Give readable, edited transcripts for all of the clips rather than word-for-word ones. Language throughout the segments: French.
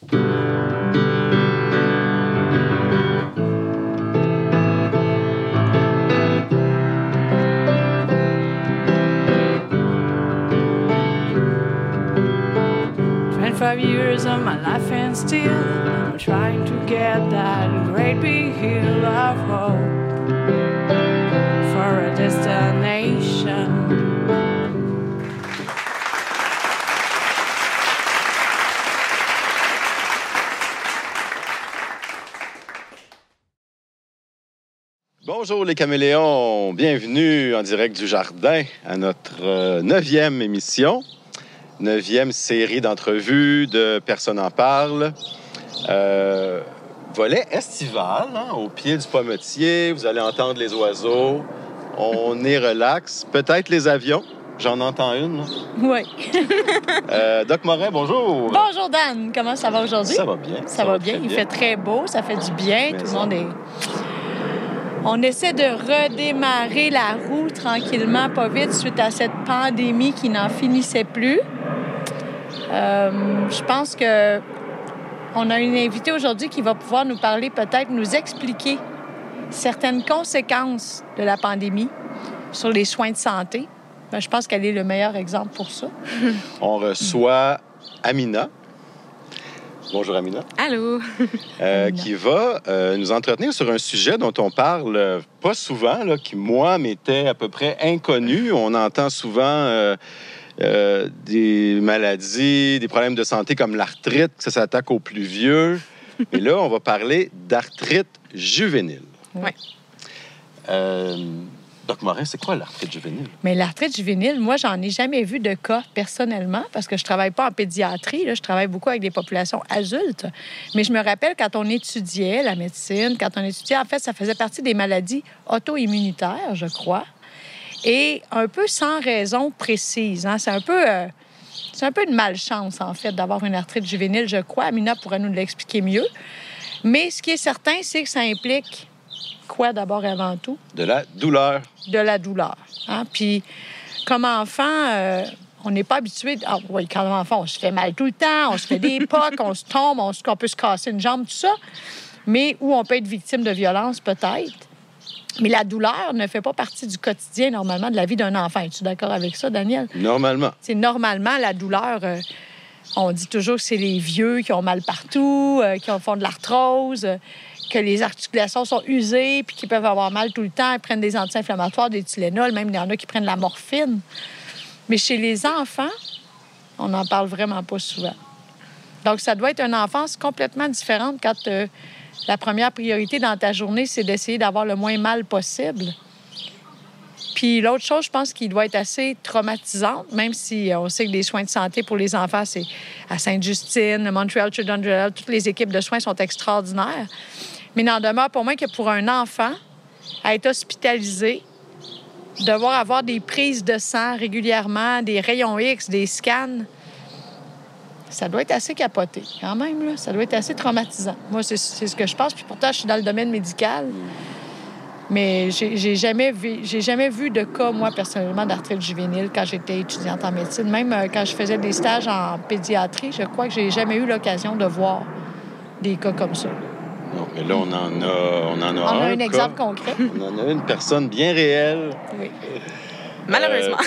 Years of my life and still I'm trying to get that great big hill of hope for a destination. Bonjour les caméléons, bienvenue en direct du jardin à notre 9e émission. 9e série d'entrevues de Personne en parle. Volet estival, au pied du pommetier. Vous allez entendre les oiseaux. On est relax. Peut-être les avions. J'en entends une. Oui. Doc Morin, bonjour. Bonjour Dan, comment ça va aujourd'hui? Ça va bien. Ça va bien. Il fait très beau, ça fait du bien. Mais tout le monde est... On essaie de redémarrer la roue tranquillement, pas vite, suite à cette pandémie qui n'en finissait plus. Je pense que on a une invitée aujourd'hui qui va pouvoir nous parler, peut-être nous expliquer certaines conséquences de la pandémie sur les soins de santé. Ben, je pense qu'elle est le meilleur exemple pour ça. On reçoit Amina. Bonjour Amina. Allô. Qui va nous entretenir sur un sujet dont on parle pas souvent, là, qui, moi, m'était à peu près inconnu. On entend souvent des maladies, des problèmes de santé comme l'arthrite, que ça s'attaque aux plus vieux. Mais là, on va parler d'arthrite juvénile. Oui. Doc Morin, c'est quoi l'arthrite juvénile? Mais l'arthrite juvénile, moi, j'en ai jamais vu de cas personnellement parce que je travaille pas en pédiatrie. Là, je travaille beaucoup avec des populations adultes. Mais je me rappelle quand on étudiait la médecine, quand on étudiait, en fait, ça faisait partie des maladies auto-immunitaires, je crois. Et un peu sans raison précise. Hein? C'est un peu une malchance, en fait, d'avoir une arthrite juvénile, je crois. Amina pourrait nous l'expliquer mieux. Mais ce qui est certain, c'est que ça implique quoi, d'abord et avant tout? De la douleur. De la douleur. Hein? Puis, comme enfant, on n'est pas habitué... Ah oui, quand enfant, on se fait mal tout le temps, on se fait des pocs, on se tombe, on peut se casser une jambe, tout ça. Mais où on peut être victime de violence, peut-être. Mais la douleur ne fait pas partie du quotidien, normalement, de la vie d'un enfant. Es-tu d'accord avec ça, Daniel? Normalement. C'est normalement, la douleur, on dit toujours que c'est les vieux qui ont mal partout, qui font de l'arthrose, que les articulations sont usées puis qui peuvent avoir mal tout le temps. Ils prennent des anti-inflammatoires, des Tylenol, même il y en a qui prennent la morphine. Mais chez les enfants, on n'en parle vraiment pas souvent. Donc, ça doit être une enfance complètement différente quand... la première priorité dans ta journée, c'est d'essayer d'avoir le moins mal possible. Puis l'autre chose, je pense qu'il doit être assez traumatisante, même si on sait que les soins de santé pour les enfants, c'est à Sainte-Justine, le Montreal Children's Hospital, toutes les équipes de soins sont extraordinaires. Mais il n'en demeure pas moins que pour un enfant, à être hospitalisé, devoir avoir des prises de sang régulièrement, des rayons X, des scans, ça doit être assez capoté, quand même, là. Ça doit être assez traumatisant. Moi, c'est ce que je pense. Puis pourtant, je suis dans le domaine médical. Mais j'ai jamais vu de cas, moi, personnellement, d'arthrite juvénile quand j'étais étudiante en médecine. Même quand je faisais des stages en pédiatrie, je crois que j'ai jamais eu l'occasion de voir des cas comme ça. Non, mais là, on en a un exemple concret. On en a une personne bien réelle. Oui. Malheureusement.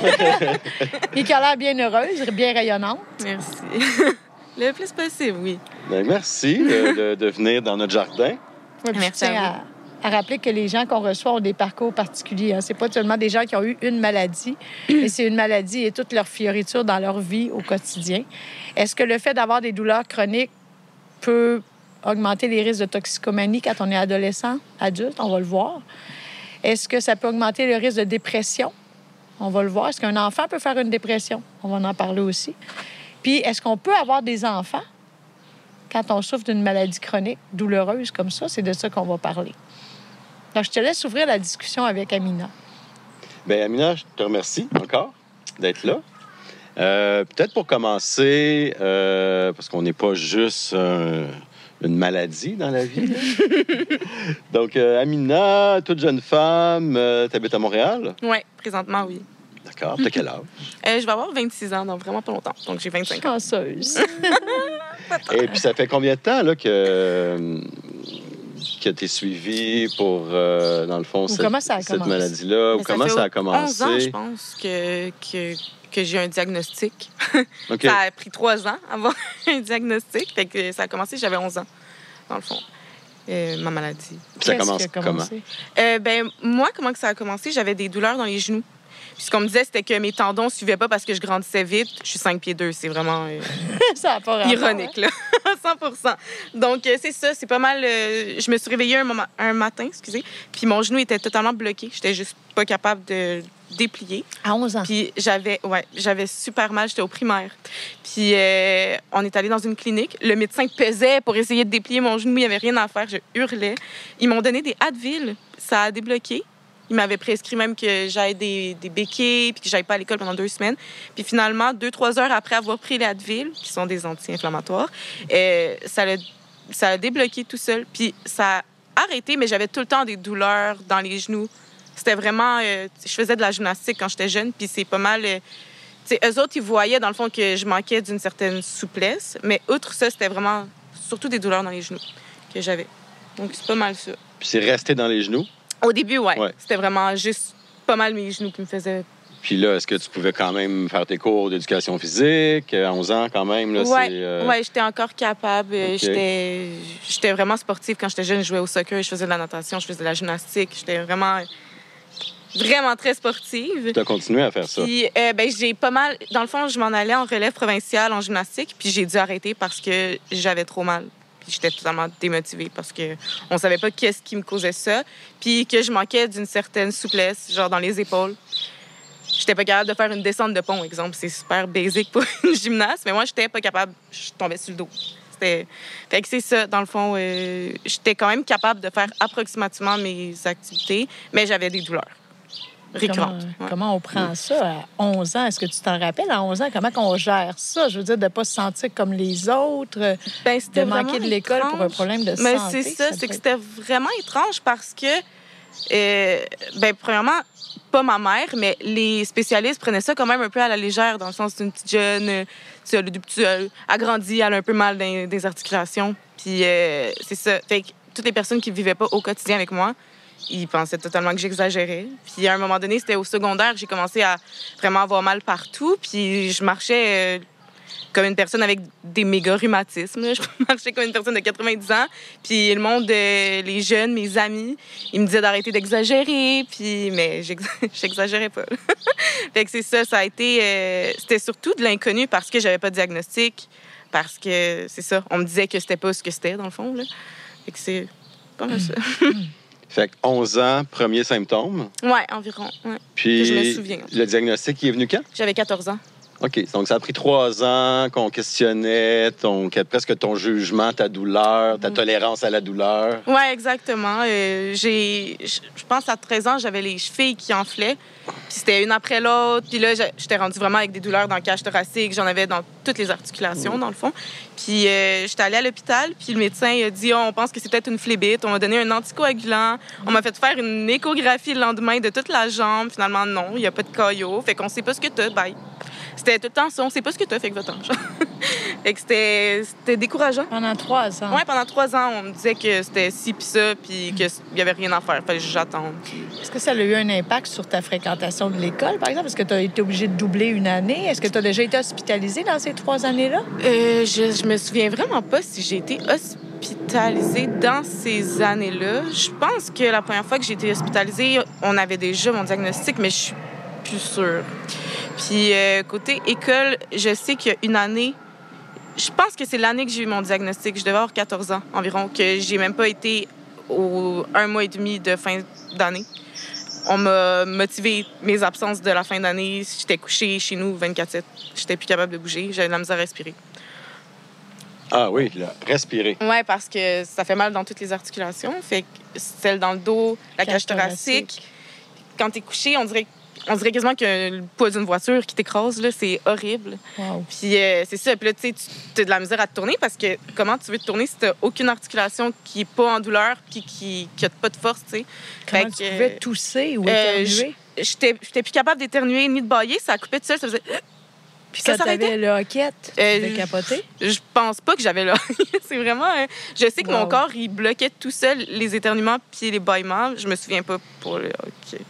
Et qui a l'air bien heureuse, bien rayonnante. Merci. Le plus possible, oui. Bien, merci de venir dans notre jardin. Oui, puis je tiens à rappeler que les gens qu'on reçoit ont des parcours particuliers. Hein. C'est pas seulement des gens qui ont eu une maladie, mais c'est une maladie et toute leur fioriture dans leur vie au quotidien. Est-ce que le fait d'avoir des douleurs chroniques peut augmenter les risques de toxicomanie quand on est adolescent, adulte? On va le voir. Est-ce que ça peut augmenter le risque de dépression? On va le voir. Est-ce qu'un enfant peut faire une dépression? On va en parler aussi. Puis, est-ce qu'on peut avoir des enfants quand on souffre d'une maladie chronique douloureuse comme ça? C'est de ça qu'on va parler. Donc, je te laisse ouvrir la discussion avec Amina. Bien, Amina, je te remercie encore d'être là. Peut-être pour commencer, parce qu'on n'est pas juste une maladie dans la vie. Donc, Amina, toute jeune femme, t'habites à Montréal? Oui, présentement, oui. D'accord. T'as quel âge? Je vais avoir 26 ans dans vraiment pas longtemps. Donc, j'ai 25 ans. Chanceuse. Et puis, ça fait combien de temps là, que tu es suivi pour, dans le fond, cette maladie-là? Ou comment ça a commencé? 11 ans, je pense, que j'ai un diagnostic. Okay. Ça a pris 3 ans avant un diagnostic. Fait que ça a commencé, j'avais 11 ans, dans le fond, ma maladie. Ça commence comment? Moi, comment que ça a commencé? J'avais des douleurs dans les genoux. Puis ce qu'on me disait, c'était que mes tendons ne suivaient pas parce que je grandissais vite. Je suis 5 pieds 2. C'est vraiment ça a pas rapport, ironique, là. 100%. Donc, c'est ça. C'est pas mal... je me suis réveillée un matin, puis mon genou était totalement bloqué. J'étais juste pas capable de déplier. À 11 ans? Puis j'avais super mal. J'étais au primaire. Puis on est allé dans une clinique. Le médecin pesait pour essayer de déplier mon genou. Il n'y avait rien à faire. Je hurlais. Ils m'ont donné des Advil. Ça a débloqué. Il m'avait prescrit même que j'aille des béquilles puis que j'aille pas à l'école pendant 2 semaines. Puis finalement, 2-3 heures après avoir pris les Advil, qui sont des anti-inflammatoires, ça a débloqué tout seul. Puis ça a arrêté, mais j'avais tout le temps des douleurs dans les genoux. C'était vraiment... je faisais de la gymnastique quand j'étais jeune, puis c'est pas mal... eux autres, ils voyaient, dans le fond, que je manquais d'une certaine souplesse. Mais outre ça, c'était vraiment surtout des douleurs dans les genoux que j'avais. Donc, c'est pas mal ça. Puis c'est resté dans les genoux? Au début, ouais. C'était vraiment juste pas mal mes genoux qui me faisaient... Puis là, est-ce que tu pouvais quand même faire tes cours d'éducation physique à 11 ans quand même? Oui, j'étais encore capable. Okay. J'étais vraiment sportive. Quand j'étais jeune, je jouais au soccer, je faisais de la natation, je faisais de la gymnastique. J'étais vraiment très sportive. Tu as continué à faire ça? Puis, j'ai pas mal... Dans le fond, je m'en allais en relève provinciale en gymnastique, puis j'ai dû arrêter parce que j'avais trop mal. J'étais totalement démotivée parce qu'on savait pas qu'est-ce qui me causait ça. Puis que je manquais d'une certaine souplesse, genre dans les épaules. J'étais pas capable de faire une descente de pont, exemple. C'est super basique pour une gymnaste, mais moi, j'étais pas capable. Je tombais sur le dos. Fait que c'est ça, dans le fond. J'étais quand même capable de faire approximativement mes activités, mais j'avais des douleurs récurrentes. Comment on prend ça à 11 ans? Est-ce que tu t'en rappelles à 11 ans? Comment on gère ça? Je veux dire, de ne pas se sentir comme les autres, de manquer de l'école pour un problème de santé. C'est ça, c'est que c'était vraiment étrange parce que, premièrement, pas ma mère, mais les spécialistes prenaient ça quand même un peu à la légère, dans le sens d'une petite jeune, elle a grandi, elle a un peu mal dans les articulations. Puis c'est ça. Fait que toutes les personnes qui ne vivaient pas au quotidien avec moi, ils pensaient totalement que j'exagérais. Puis à un moment donné, c'était au secondaire, j'ai commencé à vraiment avoir mal partout. Puis je marchais comme une personne avec des méga rhumatismes. Je marchais comme une personne de 90 ans. Puis le monde, les jeunes, mes amis, ils me disaient d'arrêter d'exagérer. Puis, mais j'exagérais pas. Fait que c'est ça, ça a été... c'était surtout de l'inconnu parce que j'avais pas de diagnostic. Parce que, c'est ça, on me disait que c'était pas ce que c'était, dans le fond. Là. Fait que c'est pas mal ça. Fait que 11 ans, premier symptôme. Oui, environ. Ouais. Puis je me souviens. Le diagnostic, il est venu quand? J'avais 14 ans. OK. Donc, ça a pris 3 ans qu'on questionnait presque ton jugement, ta douleur, ta tolérance à la douleur. Oui, exactement. Je pense à 13 ans, j'avais les chevilles qui enflaient. Puis c'était une après l'autre. Puis là, j'étais rendue vraiment avec des douleurs dans le cage thoracique. J'en avais dans toutes les articulations, dans le fond. Puis j'étais allée à l'hôpital. Puis le médecin il a dit on pense que c'est peut-être une phlébite. On m'a donné un anticoagulant. On m'a fait faire une échographie le lendemain de toute la jambe. Finalement, non, il n'y a pas de caillot. Fait qu'on sait pas ce que t'as. Bye. C'était tout le temps ça. On sait pas ce que t'as, fait que va-t'en. Fait que c'était décourageant. Pendant 3 ans? Oui, pendant 3 ans, on me disait que c'était ci puis ça, puis qu'il n'y avait rien à faire. Fallait juste j'attendre. Est-ce que ça a eu un impact sur ta fréquentation de l'école, par exemple? Est-ce que tu as été obligée de doubler une année? Est-ce que tu as déjà été hospitalisée dans ces 3 années-là? Je me souviens vraiment pas si j'ai été hospitalisée dans ces années-là. Je pense que la première fois que j'ai été hospitalisée, on avait déjà mon diagnostic, mais je suis plus sûre. Puis côté école, je sais qu'il y a une année, je pense que c'est l'année que j'ai eu mon diagnostic. Je devais avoir 14 ans environ, que j'ai même pas été au 1 mois et demi de fin d'année. On m'a motivé mes absences de la fin d'année. J'étais couchée chez nous 24/7. J'étais plus capable de bouger. J'avais de la misère à respirer. Ah oui, là, respirer. Oui, parce que ça fait mal dans toutes les articulations. Fait que celle dans le dos, la cage thoracique. Quand t'es couché, on dirait quasiment qu'il y a le poids d'une voiture qui t'écrase, là. C'est horrible. Wow. Puis c'est ça. Puis là, tu sais, tu as de la misère à te tourner parce que comment tu veux te tourner si tu n'as aucune articulation qui n'est pas en douleur puis qui n'a pas de force, tu sais. Comment tu pouvais tousser ou éternuer? J'étais plus capable d'éternuer ni de bâiller. Ça coupait tout seul. Ça faisait... Puis ça quand s'arrêtait. t'avais le hoquette, tu devais capoter? Je pense pas que j'avais là. C'est vraiment... je sais que mon Wow. corps, il bloquait tout seul les éternuements puis les bâillements. Je me souviens pas pour le hockey.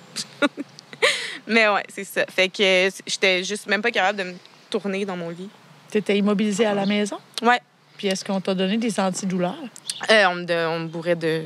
Mais ouais, c'est ça. Fait que j'étais juste même pas capable de me tourner dans mon lit. T'étais immobilisée à la maison? Ouais. Puis est-ce qu'on t'a donné des antidouleurs? On me bourrait de...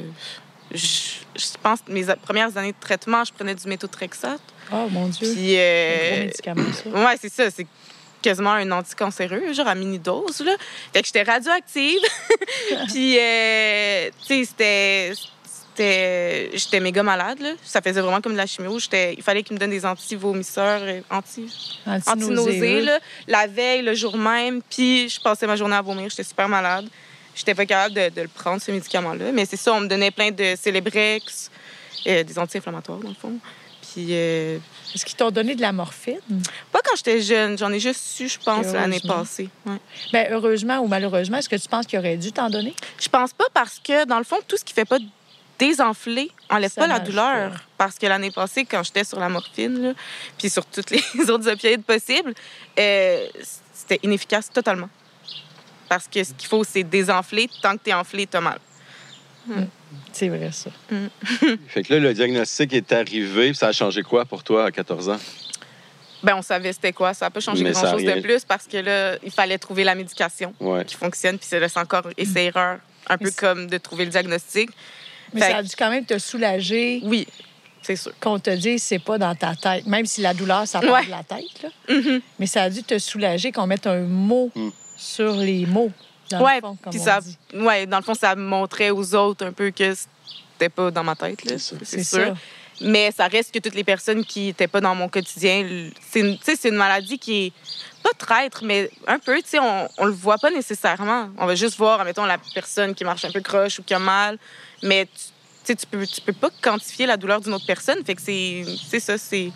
Je pense que mes premières années de traitement, je prenais du méthotrexate. Oh, mon Dieu. Puis... Un gros médicament, ça. Ouais, c'est ça. C'est quasiment un anticancéreux, genre à mini-dose, là. Fait que j'étais radioactive. Puis, tu sais, j'étais méga malade, là. Ça faisait vraiment comme de la chimio. Il fallait qu'ils me donnent des anti-vomisseurs, anti-nausées, là, la veille, le jour même. Puis, je passais ma journée à vomir. J'étais super malade. J'étais pas capable de le prendre, ce médicament-là. Mais c'est ça, on me donnait plein de Célébrex, des anti-inflammatoires, dans le fond. Puis... Est-ce qu'ils t'ont donné de la morphine? Pas quand j'étais jeune. J'en ai juste su, je pense, l'année Heureusement. passée. Ouais. Bien, heureusement ou malheureusement, est-ce que tu penses qu'il aurait dû t'en donner? Je pense pas parce que, dans le fond, tout ce qui fait pas désenfler enlève Ça pas la marche douleur. pas. Parce que l'année passée, quand j'étais sur la morphine, là, puis sur toutes les autres opioïdes possibles, c'était inefficace totalement. Parce que ce qu'il faut, c'est désenfler. Tant que t'es enflé, t'as mal. C'est vrai, ça. Fait que là, le diagnostic est arrivé. Puis ça a changé quoi pour toi à 14 ans? Ben, on savait c'était quoi. Ça n'a pas changé Mais ça a grand-chose rien. de plus parce que là, il fallait trouver la médication Ouais. qui fonctionne. Puis c'est encore essai-erreur. Un peu comme de trouver le diagnostic. Mais Fait ça a dû quand même te soulager Oui, c'est sûr. qu'on te dise c'est pas dans ta tête. Même si la douleur, ça part Ouais. de la tête. Là. Mais ça a dû te soulager qu'on mette un mot sur les mots, dans Ouais, le fond, comme puis on ça, dit. ouais, dans le fond, ça montrait aux autres un peu que c'était pas dans ma tête, là. C'est sûr. ça. Mais ça reste que toutes les personnes qui n'étaient pas dans mon quotidien, c'est une maladie qui est pas traître, mais un peu, tu sais, on le voit pas nécessairement. On va juste voir, admettons, la personne qui marche un peu croche ou qui a mal, mais tu peux pas quantifier la douleur d'une autre personne. Fait que c'est ça, c'est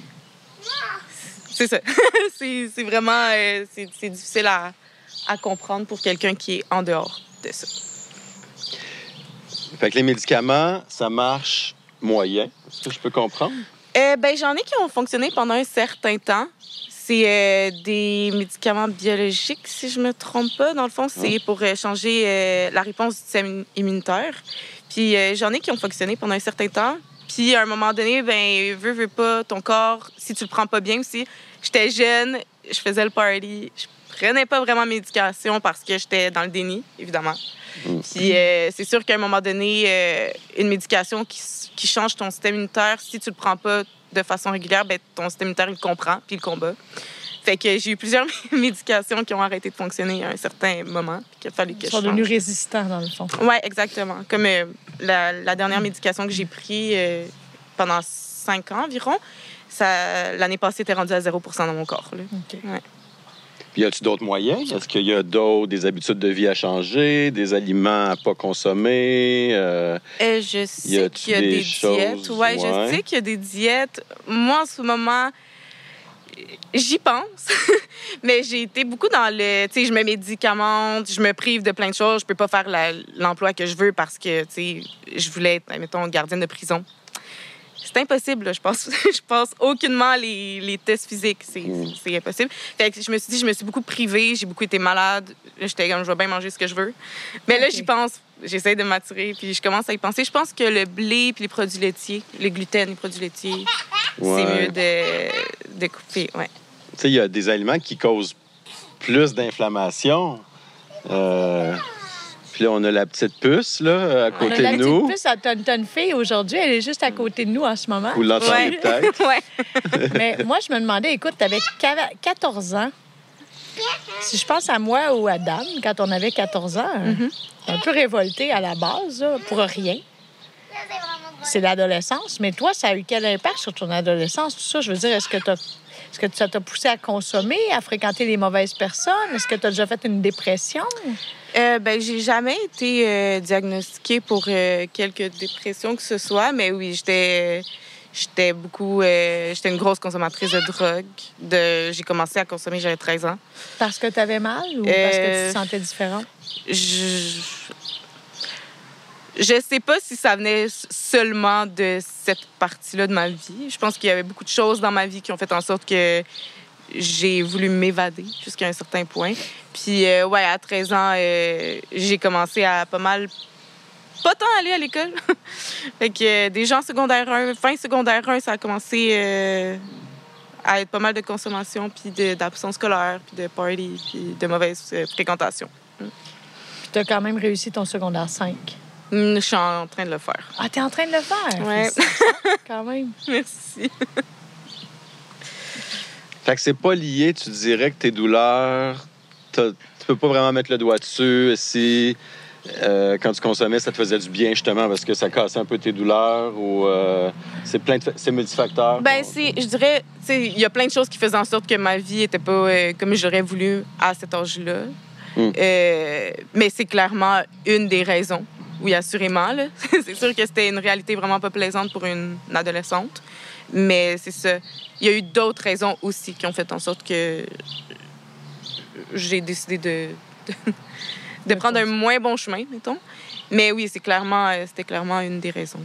ça. c'est vraiment, c'est difficile à comprendre pour quelqu'un qui est en dehors de ça. Fait que les médicaments, ça marche moyen. Est-ce que je peux comprendre? Ben, j'en ai qui ont fonctionné pendant un certain temps. C'est des médicaments biologiques, si je me trompe pas. Dans le fond, c'est pour changer la réponse du système immunitaire. Puis j'en ai qui ont fonctionné pendant un certain temps. Puis à un moment donné, ben, veux pas, ton corps, si tu le prends pas bien aussi. J'étais jeune, je faisais le party, je prenais pas vraiment médication parce que j'étais dans le déni, évidemment. Puis c'est sûr qu'à un moment donné, une médication qui change ton système immunitaire, si tu le prends pas de façon régulière, ben, ton système immunitaire, il le comprend puis il le combat. Fait que j'ai eu plusieurs médications qui ont arrêté de fonctionner à un certain moment, puis qu'il a fallu que Ils je sont devenus change. résistants, dans le fond. Oui, exactement. Comme la dernière médication que j'ai prise pendant 5 ans environ, l'année passée, était rendue à 0 % dans mon corps. Là. OK. Ouais. Puis y a-tu d'autres moyens? Est-ce qu'il y a des habitudes de vie à changer, des aliments à pas consommer? Je Y sais a-tu qu'il y a des des choses? diètes. Ouais, Ouais. je sais qu'il y a des diètes. Moi, en ce moment, j'y pense. Mais j'ai été beaucoup dans le... Tu sais, je me médicamente, je me prive de plein de choses. Je peux pas faire l'emploi que je veux parce que, tu sais, je voulais être, mettons, gardienne de prison. C'est impossible, là. Je passe aucunement les tests physiques. C'est impossible. Fait que je me suis dit, je me suis beaucoup privée, j'ai beaucoup été malade. Là, j'étais comme, je vais bien manger ce que je veux. Mais là, OK. j'y pense. J'essaie de m'attirer, puis je commence à y penser. Je pense que le blé puis les produits laitiers, le gluten, les produits laitiers, Ouais. c'est mieux de couper. Ouais. Tu sais, il y a des aliments qui causent plus d'inflammation. Puis là, on a la petite puce, là, à On a côté la de nous. petite puce, t'as une fille aujourd'hui, elle est juste à côté de nous en ce moment. Vous l'entendez peut-être. Ouais. Mais moi, je me demandais, écoute, t'avais 14 ans. Si je pense à moi ou à Dan, quand on avait 14 ans, un peu révolté à la base, là, pour rien. C'est l'adolescence. Mais toi, ça a eu quel impact sur ton adolescence, tout ça? Je veux dire, est-ce que ça t'a poussé à consommer, à fréquenter les mauvaises personnes? Est-ce que tu as déjà fait une dépression? Ben, j'ai jamais été diagnostiquée pour quelque dépression que ce soit, mais oui, j'étais une grosse consommatrice de drogue. J'ai commencé à consommer, j'avais 13 ans. Parce que tu avais mal ou parce que tu te sentais différente? Je sais pas si ça venait seulement de cette partie-là de ma vie. Je pense qu'il y avait beaucoup de choses dans ma vie qui ont fait en sorte que j'ai voulu m'évader jusqu'à un certain point. Puis, ouais, à 13 ans, j'ai commencé à pas tant aller à l'école. Fait que des gens secondaire 1, fin secondaire 1, ça a commencé à être pas mal de consommation, puis d'absence scolaire, puis de party, puis de mauvaise fréquentation. Puis t'as quand même réussi ton secondaire 5. Je suis en train de le faire. Ah, t'es en train de le faire? Ouais. Quand même. Merci. Fait que c'est pas lié, tu dirais que tes douleurs, tu peux pas vraiment mettre le doigt dessus si quand tu consommais, ça te faisait du bien justement parce que ça cassait un peu tes douleurs ou c'est multifacteur? Ben, je dirais, tu sais, il y a plein de choses qui faisaient en sorte que ma vie était pas comme j'aurais voulu à cet âge-là. Mais c'est clairement une des raisons. Oui, assurément. Là. C'est sûr que c'était une réalité vraiment pas plaisante pour une adolescente. Mais c'est ça. Il y a eu d'autres raisons aussi qui ont fait en sorte que j'ai décidé de prendre un moins bon chemin, mettons. Mais oui, c'était clairement une des raisons.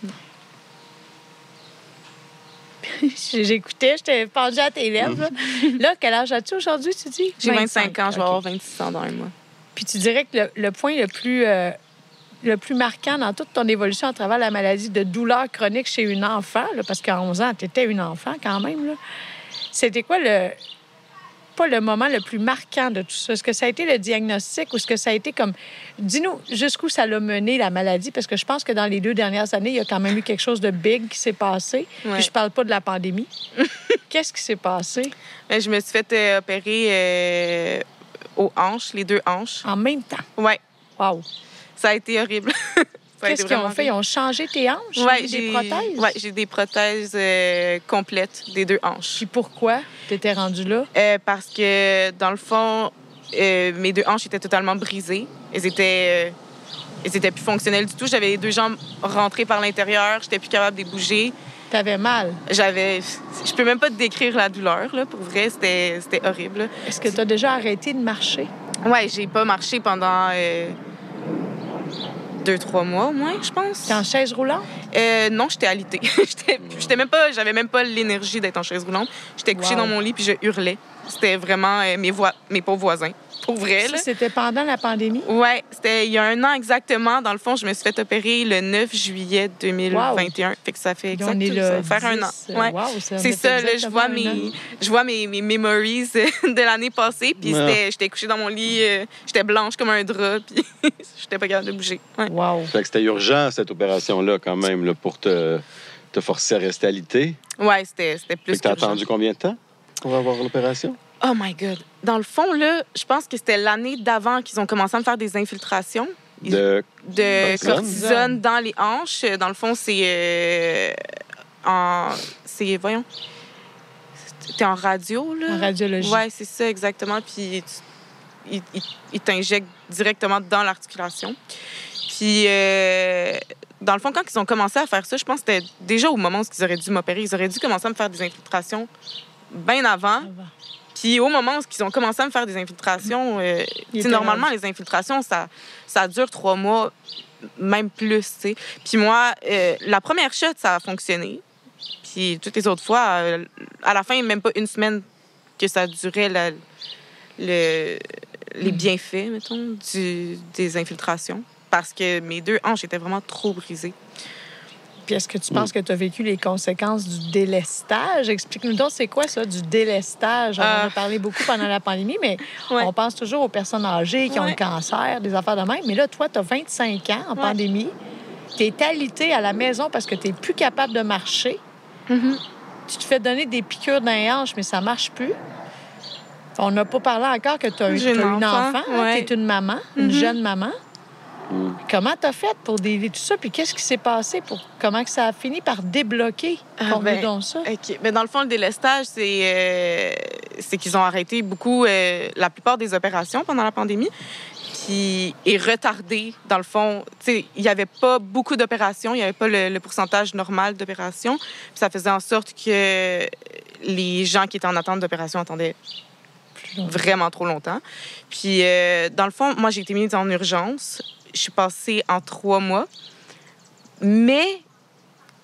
J'écoutais, j'étais pendue à tes lèvres. Là, quel âge as-tu aujourd'hui, tu dis? J'ai 25 ans, je vais avoir 26 ans dans un mois. Puis tu dirais que le point le plus marquant dans toute ton évolution à travers la maladie de douleur chronique chez une enfant, là, parce qu'à 11 ans, tu étais une enfant quand même, là, c'était quoi pas le moment le plus marquant de tout ça? Est-ce que ça a été le diagnostic ou est-ce que ça a été comme... Dis-nous jusqu'où ça l'a mené, la maladie, parce que je pense que dans les 2 dernières années, il y a quand même eu quelque chose de big qui s'est passé. Ouais. Puis je parle pas de la pandémie. Qu'est-ce qui s'est passé? Je me suis fait opérer aux hanches, les 2 hanches. En même temps? Ouais. Wow! Ça a été horrible. Qu'est-ce qu'ils ont fait? Ils ont changé tes hanches? Ouais, des prothèses? Oui, j'ai des prothèses complètes des 2 hanches. Puis pourquoi tu étais rendue là? Parce que, dans le fond, mes 2 hanches étaient totalement brisées. Elles étaient plus fonctionnelles du tout. J'avais les 2 jambes rentrées par l'intérieur. J'étais plus capable de les bouger. T'avais mal? Je peux même pas te décrire la douleur, là. Pour vrai, c'était horrible. Là. Est-ce que tu as déjà arrêté de marcher? Oui, j'ai pas marché pendant 2-3 mois au moins, je pense. T'es en chaise roulante? Non, j'étais alitée. J'avais même pas l'énergie d'être en chaise roulante. J'étais couchée dans mon lit puis je hurlais. C'était vraiment mes pauvres voisins. Pour vrai, là. Ça, c'était pendant la pandémie? Oui, c'était il y a 1 an exactement. Dans le fond, je me suis fait opérer le 9 juillet 2021. Wow. Fait que ça fait exactement ça va faire 1 an. Ouais. Wow, c'est ça, là, je vois mes memories de l'année passée. Puis j'étais couchée dans mon lit, j'étais blanche comme un drap, puis j'étais pas capable de bouger. Ouais. Wow. Fait que c'était urgent, cette opération-là, quand même, là, pour te forcer à rester alité. Oui, c'était plus que t'as attendu combien de temps pour avoir l'opération? Oh my God! Dans le fond, là, je pense que c'était l'année d'avant qu'ils ont commencé à me faire des infiltrations. De cortisone dans les hanches. Dans le fond, voyons... T'es en radio, là? En radiologie. Oui, c'est ça, exactement. Puis ils t'injectent directement dans l'articulation. Puis, dans le fond, quand ils ont commencé à faire ça, je pense que c'était déjà au moment où ils auraient dû m'opérer. Ils auraient dû commencer à me faire des infiltrations bien avant. Puis au moment où ils ont commencé à me faire des infiltrations, normalement, les infiltrations, ça dure 3 mois, même plus, tu sais. Puis moi, la première shot, ça a fonctionné. Puis toutes les autres fois, à la fin, même pas 1 semaine que ça durait les bienfaits, mettons, des infiltrations. Parce que mes 2 hanches étaient vraiment trop brisées. Puis est-ce que tu penses que tu as vécu les conséquences du délestage? Explique-nous donc, c'est quoi ça, du délestage? On en a parlé beaucoup pendant la pandémie, mais on pense toujours aux personnes âgées qui ont le cancer, des affaires de même. Mais là, toi, tu as 25 ans en pandémie. Tu es alité à la maison parce que tu n'es plus capable de marcher. Mm-hmm. Tu te fais donner des piqûres dans les hanches, mais ça ne marche plus. On n'a pas parlé encore que tu as une enfant. Tu es une maman, une jeune maman. Comment t'as fait pour délivrer tout ça? Puis qu'est-ce qui s'est passé? Comment que ça a fini par débloquer? Donc ça. OK. Mais dans le fond, le délestage, c'est qu'ils ont arrêté beaucoup, la plupart des opérations pendant la pandémie. Puis, et retardé, dans le fond. Tu sais, il n'y avait pas beaucoup d'opérations. Il n'y avait pas le pourcentage normal d'opérations. Puis ça faisait en sorte que les gens qui étaient en attente d'opération attendaient vraiment trop longtemps. Puis, dans le fond, moi, j'ai été mise en urgence. Je suis passée en 3 mois. Mais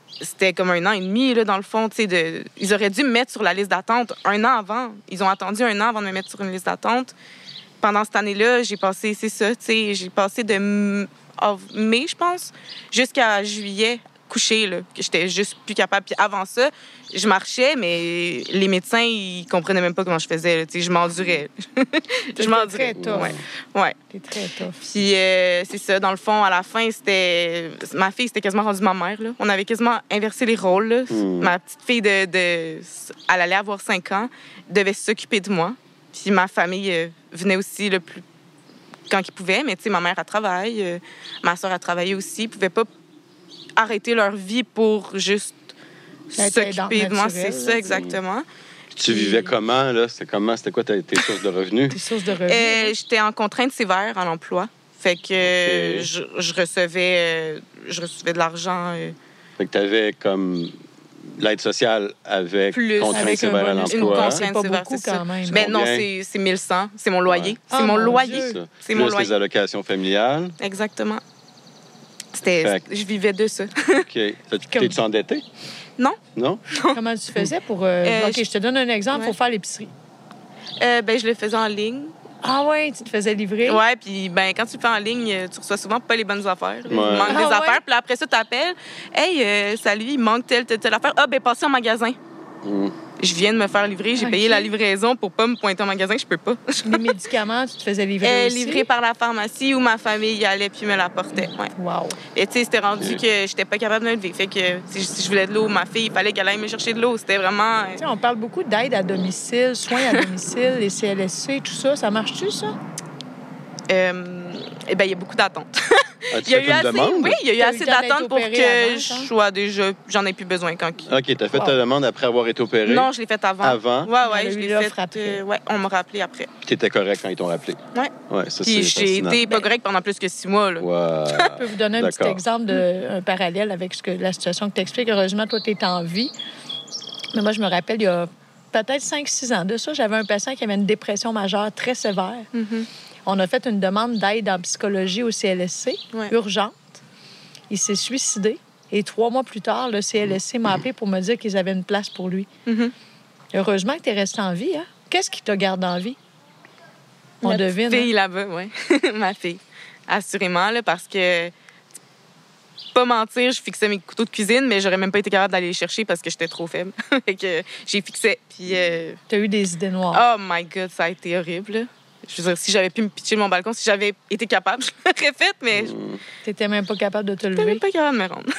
c'était comme 1 an et demi, là, dans le fond. Ils auraient dû me mettre sur la liste d'attente 1 an avant. Ils ont attendu 1 an avant de me mettre sur une liste d'attente. Pendant cette année-là, j'ai passé, c'est ça, j'ai passé de mai, je pense, jusqu'à juillet couchée, là, que j'étais juste plus capable. Puis avant ça, je marchais, mais les médecins, ils comprenaient même pas comment je faisais, là, je m'endurais. Je m'endurais. Très tough. Ouais. T'es très tough. Puis c'est ça, dans le fond, à la fin, ma fille, c'était quasiment rendue ma mère, là. On avait quasiment inversé les rôles, là. Ma petite fille, elle allait avoir 5 ans, devait s'occuper de moi. Puis ma famille venait aussi le plus quand ils pouvaient, mais tu sais, ma mère, elle travaille, ma soeur, a travaillé aussi, ils pouvaient pas arrêter leur vie pour juste s'occuper de moi, c'est ça, exactement. Tu vivais comment, là? C'était quoi tes sources de revenus? Tes sources de revenus? J'étais en contrainte sévère à l'emploi. Fait que je recevais de l'argent. Fait que t'avais comme l'aide sociale avec contrainte sévère à l'emploi. C'est pas beaucoup quand même. Mais non, c'est 1100. C'est mon loyer. C'est mon loyer. C'est mon loyer. Les allocations familiales. Exactement. Je vivais de ça. OK. T'es-tu endetté? Non. Non? Comment tu faisais pour... OK, je te donne un exemple. Il faut faire l'épicerie. Je le faisais en ligne. Ah ouais, tu te faisais livrer? Ouais, puis quand tu le fais en ligne, tu reçois souvent pas les bonnes affaires. Il manque des affaires, puis après ça, tu appelles. Hey, salut, il manque telle affaire. Ah, passez en magasin. Je viens de me faire livrer, j'ai payé la livraison pour pas me pointer en magasin, je peux pas. Les médicaments, tu te faisais livrer aussi? Livrés par la pharmacie où ma famille y allait puis me l'apportait. Ouais. Wow. Et tu sais, c'était rendu que j'étais pas capable de me lever. Fait que si je voulais de l'eau, ma fille, il fallait qu'elle aille me chercher de l'eau. C'était vraiment... Tu sais, on parle beaucoup d'aide à domicile, soins à domicile, les CLSC, tout ça. Ça marche-tu, ça? Il y a beaucoup d'attentes. Il y a eu assez, oui, il y a eu assez d'attentes pour que j'en ai plus besoin quand. OK, t'as fait ta demande après avoir été opérée? Non, je l'ai faite avant. Avant? Ouais, je l'ai faite. On m'a rappelé après. Puis t'étais correct quand ils t'ont rappelé? Ouais, ça, puis j'ai été pas correct pendant plus que 6 mois. Là. Wow. Je peux vous donner un petit exemple, un parallèle avec la situation que tu expliques. Heureusement, toi, tu es en vie. Mais moi, je me rappelle, il y a peut-être 5-6 ans de ça, j'avais un patient qui avait une dépression majeure très sévère. On a fait une demande d'aide en psychologie au CLSC, urgente. Il s'est suicidé. Et 3 mois plus tard, le CLSC m'a appelé pour me dire qu'ils avaient une place pour lui. Heureusement que tu es resté en vie. Hein? Qu'est-ce qui te garde en vie? On devine. Ma fille là-bas, oui. Ma fille. Assurément, là, parce que, pas mentir, je fixais mes couteaux de cuisine, mais j'aurais même pas été capable d'aller les chercher parce que j'étais trop faible. Fait que j'ai fixé. Puis. Tu as eu des idées noires. Oh my God, ça a été horrible. Là. Je veux dire, si j'avais pu me pitcher de mon balcon, si j'avais été capable, je l'aurais fait, mais... T'étais même pas capable de te lever? J'étais même pas capable de me rendre.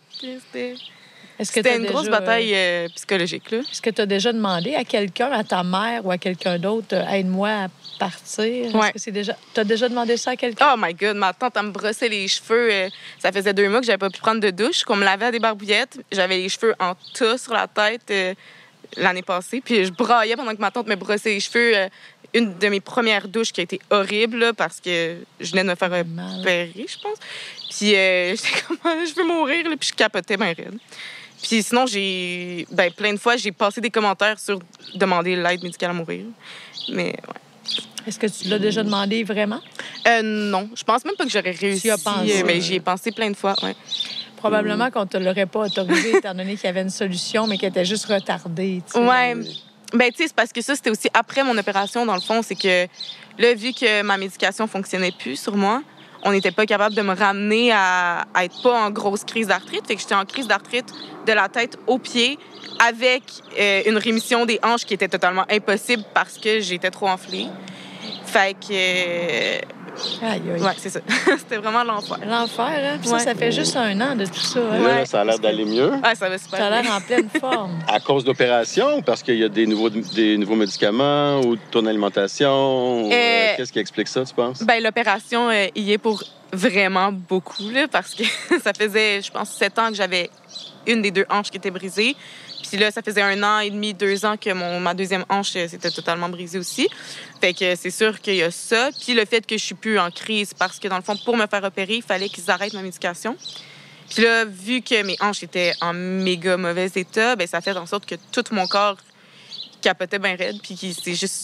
C'était une grosse bataille psychologique, là. Est-ce que tu as déjà demandé à quelqu'un, à ta mère ou à quelqu'un d'autre, aide-moi à partir? Ouais. Est-ce que c'est déjà... Tu as déjà demandé ça à quelqu'un? Oh my God, ma tante, elle me brossait les cheveux. Ça faisait 2 mois que j'avais pas pu prendre de douche, qu'on me lavait à des barbouillettes. J'avais les cheveux en tas sur la tête l'année passée, puis je braillais pendant que ma tante me brossait les cheveux. Une de mes premières douches qui a été horrible là, parce que je venais de me faire opérer, je pense. Puis j'étais comme, je veux mourir, là, puis je capotais bien raide. Puis sinon, plein de fois, j'ai passé des commentaires sur demander l'aide médicale à mourir. Mais ouais. Est-ce que tu l'as déjà demandé vraiment? Non, je pense même pas que j'aurais réussi. Tu y as pensé? Mais j'y ai pensé plein de fois, ouais. Probablement qu'on te l'aurait pas autorisé, étant donné qu'il y avait une solution, mais qu'elle était juste retardée. Tu sais. Ouais. Tu sais, c'est parce que ça, c'était aussi après mon opération, dans le fond. C'est que là, vu que ma médication fonctionnait plus sur moi, on n'était pas capable de me ramener à être pas en grosse crise d'arthrite. Fait que j'étais en crise d'arthrite de la tête aux pieds avec une rémission des hanches qui était totalement impossible parce que j'étais trop enflée. Fait que... Aïe, aïe. Ouais, c'est ça. C'était vraiment l'enfer. L'enfer, hein? Puis ça fait juste 1 an de tout ça. Hein? Là, ça a l'air d'aller mieux. Ouais, ça va super Ça a bien. l'air en pleine forme. À cause d'opérations ou parce qu'il y a des nouveaux médicaments ou ton alimentation? Qu'est-ce qui explique ça, tu penses? L'opération y est pour vraiment beaucoup, là, parce que ça faisait, je pense, 7 ans que j'avais une des 2 hanches qui était brisée. Puis là, ça faisait 1 an et demi, 2 ans que ma deuxième hanche s'était totalement brisée aussi. Fait que c'est sûr qu'il y a ça. Puis le fait que je suis plus en crise parce que, dans le fond, pour me faire opérer, il fallait qu'ils arrêtent ma médication. Puis là, vu que mes hanches étaient en méga mauvais état, ça fait en sorte que tout mon corps capotait bien raide. Puis c'est juste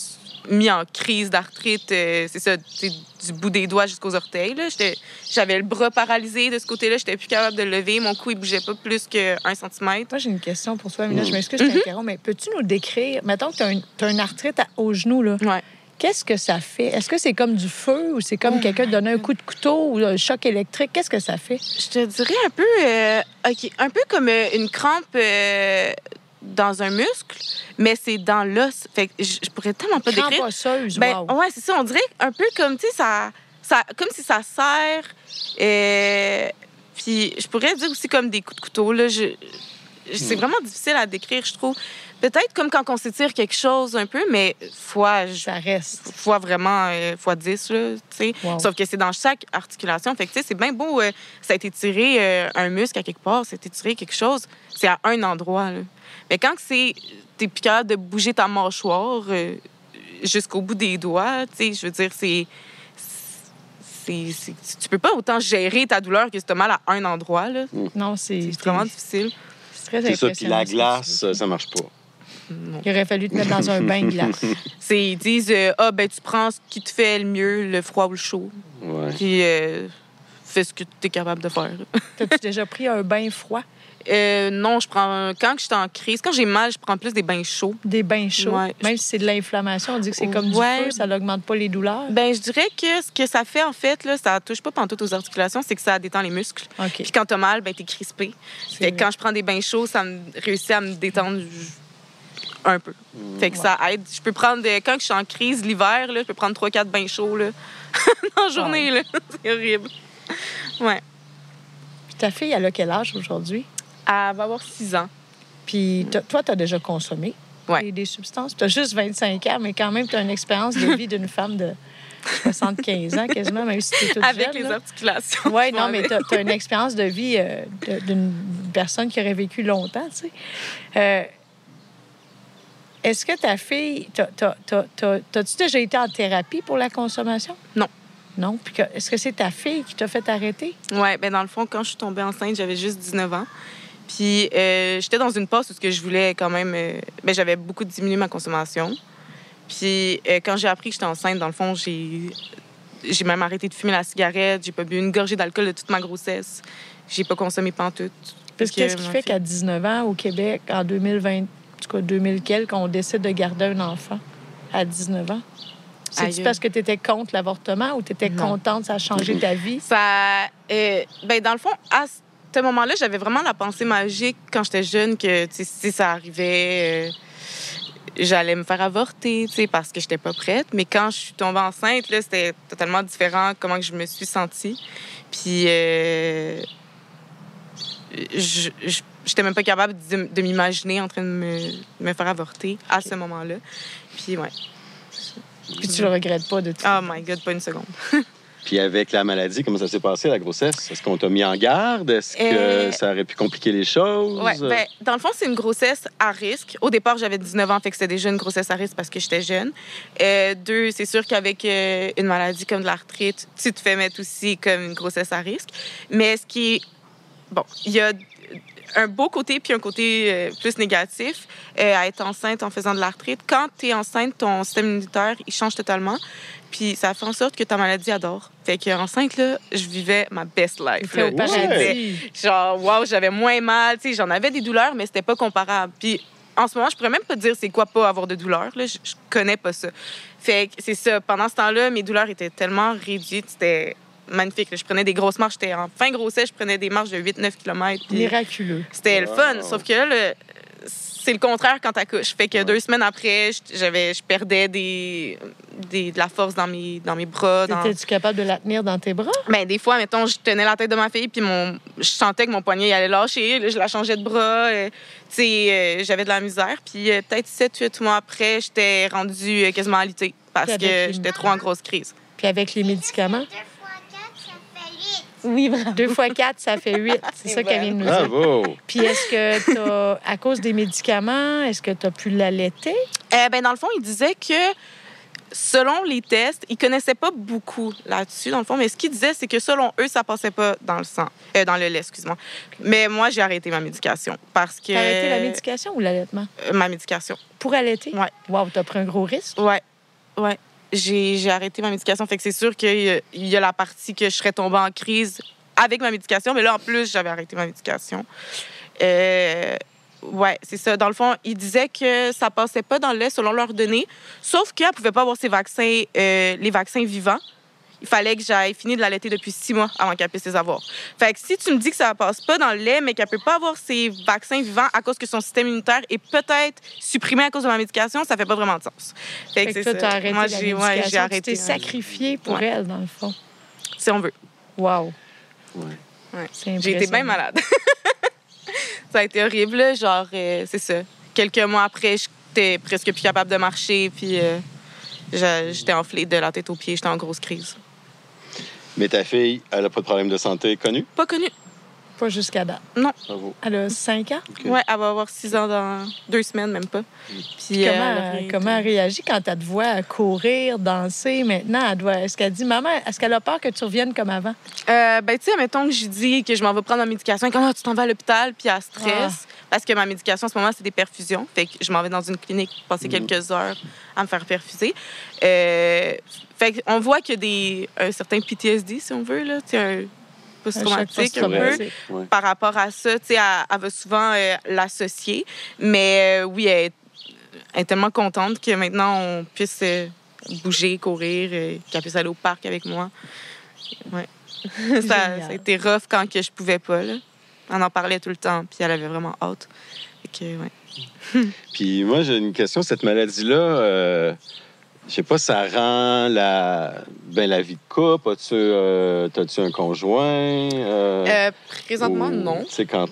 mis en crise d'arthrite, c'est ça, du bout des doigts jusqu'aux orteils. Là. J'avais le bras paralysé de ce côté-là. J'étais plus capable de le lever. Mon cou, il bougeait pas plus qu'1 centimètre. Moi, j'ai une question pour toi, Amina. Je m'excuse, je t'interromps, mais peux-tu nous décrire, mettons que tu as une arthrite au genou, là. Ouais. Qu'est-ce que ça fait? Est-ce que c'est comme du feu ou c'est comme quelqu'un donne un coup de couteau ou un choc électrique? Qu'est-ce que ça fait? Je te dirais un peu, un peu comme une crampe dans un muscle, mais c'est dans l'os. Fait que je pourrais tellement pas décrire. Crampe osseuse, Ben, wow. ouais, c'est ça. On dirait un peu comme, tu sais, comme si ça serre. Puis je pourrais dire aussi comme des coups de couteau. Là. C'est vraiment difficile à décrire, je trouve. Peut-être comme quand on s'étire quelque chose un peu, mais Ça reste. fois vraiment fois 10, là, tu sais. Wow. Sauf que c'est dans chaque articulation. Fait que, tu sais, c'est bien beau. Ça a été tiré un muscle à quelque part, ça a été tiré quelque chose. C'est à un endroit, là. Mais quand t'es plus capable de bouger ta mâchoire jusqu'au bout des doigts, tu sais, je veux dire, tu peux pas autant gérer ta douleur que si t'as mal à un endroit, là. Non, C'est vraiment difficile. C'est très C'est ça, impressionnant. puis la glace, ça marche pas. Non. Il aurait fallu te mettre dans un bain de glace. Ils disent, tu prends ce qui te fait le mieux, le froid ou le chaud. Ouais. Puis fais ce que tu es capable de faire. T'as-tu déjà pris un bain froid? Non, quand je suis en crise, quand j'ai mal, je prends plus des bains chauds. Des bains chauds? Ouais. Même si c'est de l'inflammation, on dit que c'est comme Ouais. du feu, ça n'augmente pas les douleurs. Ben, je dirais que ce que ça fait, en fait, là, ça touche pas pantoute aux articulations, c'est que ça détend les muscles. OK. Puis quand t'as mal, ben, t'es crispé. Fait que quand je prends des bains chauds, ça me réussit à me détendre un peu. Fait que ça aide. Je peux prendre, quand je suis en crise l'hiver, là, je peux prendre 3-4 bains chauds là, dans la journée. Là. C'est horrible. Ouais. Puis ta fille, elle a quel âge aujourd'hui? Elle va avoir 6 ans. Puis toi, tu as déjà consommé des substances. Tu as juste 25 ans, mais quand même, tu as une expérience de vie d'une femme de 75 ans, quasiment, même si tu es toute Avec jeune, les là. articulations. Oui, non, mais tu as une expérience de vie d'une personne qui aurait vécu longtemps, tu sais. Est-ce que ta fille... T'as-tu déjà été en thérapie pour la consommation? Non. Non? Puis est-ce que c'est ta fille qui t'a fait arrêter? Oui, ben dans le fond, quand je suis tombée enceinte, j'avais juste 19 ans. Puis j'étais dans une passe où je voulais quand même... j'avais beaucoup diminué ma consommation. Puis quand j'ai appris que j'étais enceinte, dans le fond, j'ai même arrêté de fumer la cigarette. J'ai pas bu une gorgée d'alcool de toute ma grossesse. J'ai pas consommé pantoute. Parce que qu'est-ce qui fait qu'à 19 ans, au Québec, en 2020, en tout cas 2000 quelques, on décide de garder un enfant à 19 ans? C'est-tu parce que tu étais contre l'avortement ou tu étais contente, ça a changé ta vie? Ça... dans le fond, à ce moment-là, j'avais vraiment la pensée magique quand j'étais jeune que, si ça arrivait... j'allais me faire avorter, parce que j'étais pas prête. Mais quand je suis tombée enceinte, là, c'était totalement différent comment que je me suis sentie. Puis j'étais même pas capable de m'imaginer en train de me faire avorter à ce moment-là. Puis ouais. Puis tu le regrettes pas de tout. Oh my God, pas une seconde. Puis avec la maladie, comment ça s'est passé, la grossesse? Est-ce qu'on t'a mis en garde? Est-ce que ça aurait pu compliquer les choses? Oui, dans le fond, c'est une grossesse à risque. Au départ, j'avais 19 ans, fait que c'était déjà une grossesse à risque parce que j'étais jeune. 2, c'est sûr qu'avec une maladie comme de l'arthrite, tu te fais mettre aussi comme une grossesse à risque. Mais ce qui est... Bon, il y a un beau côté puis un côté plus négatif à être enceinte en faisant de l'arthrite. Quand tu es enceinte, ton système immunitaire, il change totalement. Puis ça fait en sorte que ta maladie adore. Fait qu'enceinte, là, je vivais ma best life. Là. Genre, wow, j'avais moins mal. Tu sais, j'en avais des douleurs, mais c'était pas comparable. Puis en ce moment, je pourrais même pas te dire c'est quoi pas avoir de douleurs. Là. Je connais pas ça. Fait que c'est ça. Pendant ce temps-là, mes douleurs étaient tellement réduites. C'était magnifique. Là. Je prenais des grosses marches. J'étais en fin grossesse, je prenais des marches de 8-9 km. Miraculeux. C'était le fun. Sauf que là, c'est le contraire quand t'accouches. Fait que 2 semaines après, je perdais de la force dans mes bras. Étais-tu capable de la tenir dans tes bras? Ben, des fois, mettons, je tenais la tête de ma fille, puis je sentais que mon poignet il allait lâcher. Là, je la changeais de bras. J'avais de la misère. Puis peut-être 7-8 mois après, j'étais rendue quasiment alitée parce que j'étais trop en grosse crise. Puis avec les médicaments? 2 x 4, ça fait 8. Oui, vraiment. 2 x 4, ça fait 8. C'est ça qu'elle vient de nous dire. Bravo! Puis est-ce que t'as, à cause des médicaments, est-ce que tu as pu l'allaiter? Dans le fond, il disait que selon les tests, ils connaissaient pas beaucoup là-dessus, dans le fond, mais ce qu'ils disaient, c'est que selon eux, ça passait pas dans le sang, dans le lait, excuse-moi. Mais moi, j'ai arrêté ma médication parce que... T'as arrêté la médication ou l'allaitement? Ma médication. Pour allaiter? Ouais. Wow, t'as pris un gros risque? Ouais. Ouais. J'ai arrêté ma médication. Fait que c'est sûr qu'il y a la partie que je serais tombée en crise avec ma médication, mais là, en plus, j'avais arrêté ma médication. Ouais, c'est ça. Dans le fond, ils disaient que ça passait pas dans le lait selon leurs données, sauf qu'elle pouvait pas avoir ses vaccins, les vaccins vivants. Il fallait que j'aille fini de l'allaiter depuis 6 mois avant qu'elle puisse les avoir. Fait que si tu me dis que ça passe pas dans le lait, mais qu'elle peut pas avoir ses vaccins vivants à cause que son système immunitaire est peut-être supprimé à cause de ma médication, ça fait pas vraiment de sens. Fait que toi, t'as arrêté Moi, la j'ai médication. arrêté. Tu t'es sacrifié pour elle, dans le fond. Si on veut. Wow. Ouais. Ouais. C'est J'ai été bien impressionnant. malade. Ça a été horrible, là. Genre, c'est ça. Quelques mois après, j'étais presque plus capable de marcher, puis j'étais enflée de la tête aux pieds. J'étais en grosse crise. Mais ta fille, elle a pas de problème de santé connu? Pas connue. Pas jusqu'à date. Bravo. Elle a 5 ans. OK. Ouais, elle va avoir 6 ans dans 2 semaines, même pas. Puis, Comment elle réagit quand elle te voit courir, danser maintenant? Est-ce qu'elle dit, maman, est-ce qu'elle a peur que tu reviennes comme avant? Ben, tu sais, mettons que je dis que je m'en vais prendre ma médication. Elle dit, tu t'en vas à l'hôpital, puis elle stresse. Parce que ma médication, en ce moment, c'est des perfusions. Fait que je m'en vais dans une clinique passer quelques heures à me faire perfuser. Fait qu'on voit qu'il y a un certain PTSD, si on veut, là. Tu sais, un post-traumatique un peu. Ouais. Par rapport à ça, tu sais, elle va souvent l'associer. Mais oui, elle est tellement contente que maintenant, on puisse bouger, courir, qu'elle puisse aller au parc avec moi. Ouais. ça a été rough quand que je pouvais pas, là. On en parlait tout le temps, puis elle avait vraiment hâte. Fait que, ouais. Puis moi, j'ai une question. Cette maladie-là, je sais pas, ça rend la vie de couple. As-tu un conjoint? Présentement, non. Tu sais, quand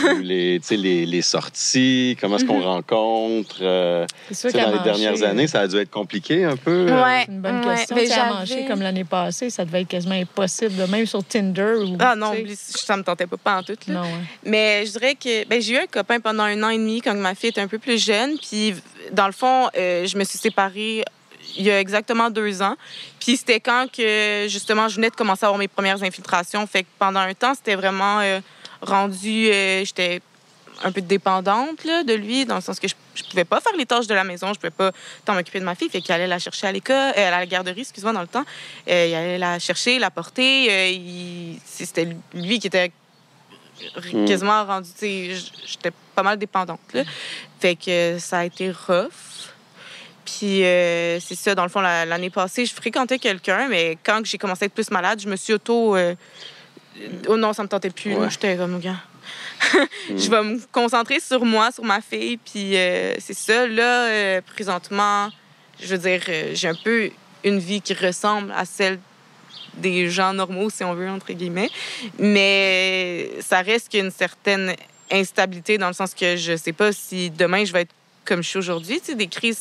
les sorties, comment est-ce qu'on rencontre? C'est sûr Dans les dernières années, ça a dû être compliqué un peu. Ouais. C'est une bonne Ouais, question. ben, Tu sais, à j'avais- manger comme l'année passée, ça devait être quasiment impossible, même sur Tinder. Ou, Ah non, tu sais. oublie, ça me tentait pas en tout. Là. Non, ouais. Mais je dirais que j'ai eu un copain pendant 1 an et demi quand ma fille était un peu plus jeune. Puis, dans le fond, je me suis séparée il y a exactement 2 ans. Puis, c'était quand que, justement, je venais de commencer à avoir mes premières infiltrations. Fait que pendant un temps, c'était vraiment rendu... j'étais un peu dépendante là, de lui, dans le sens que je pouvais pas faire les tâches de la maison, je pouvais pas tant m'occuper de ma fille. Fait qu'il allait la chercher à l'école, à la garderie, excuse-moi, dans le temps. Il allait la chercher, la porter. C'était lui qui était quasiment rendu, tu sais, j'étais pas mal dépendante, là. Fait que ça a été rough. Puis c'est ça, dans le fond, l'année passée, je fréquentais quelqu'un, mais quand j'ai commencé à être plus malade, je me suis oh non, ça me tentait plus. Ouais. J'étais comme, gars, je vais me concentrer sur moi, sur ma fille, puis c'est ça. Là, présentement, je veux dire, j'ai un peu une vie qui ressemble à celle des gens normaux, si on veut, entre guillemets. Mais ça reste qu'il y a une certaine instabilité dans le sens que je sais pas si demain, je vais être comme je suis aujourd'hui. Tu sais, des crises,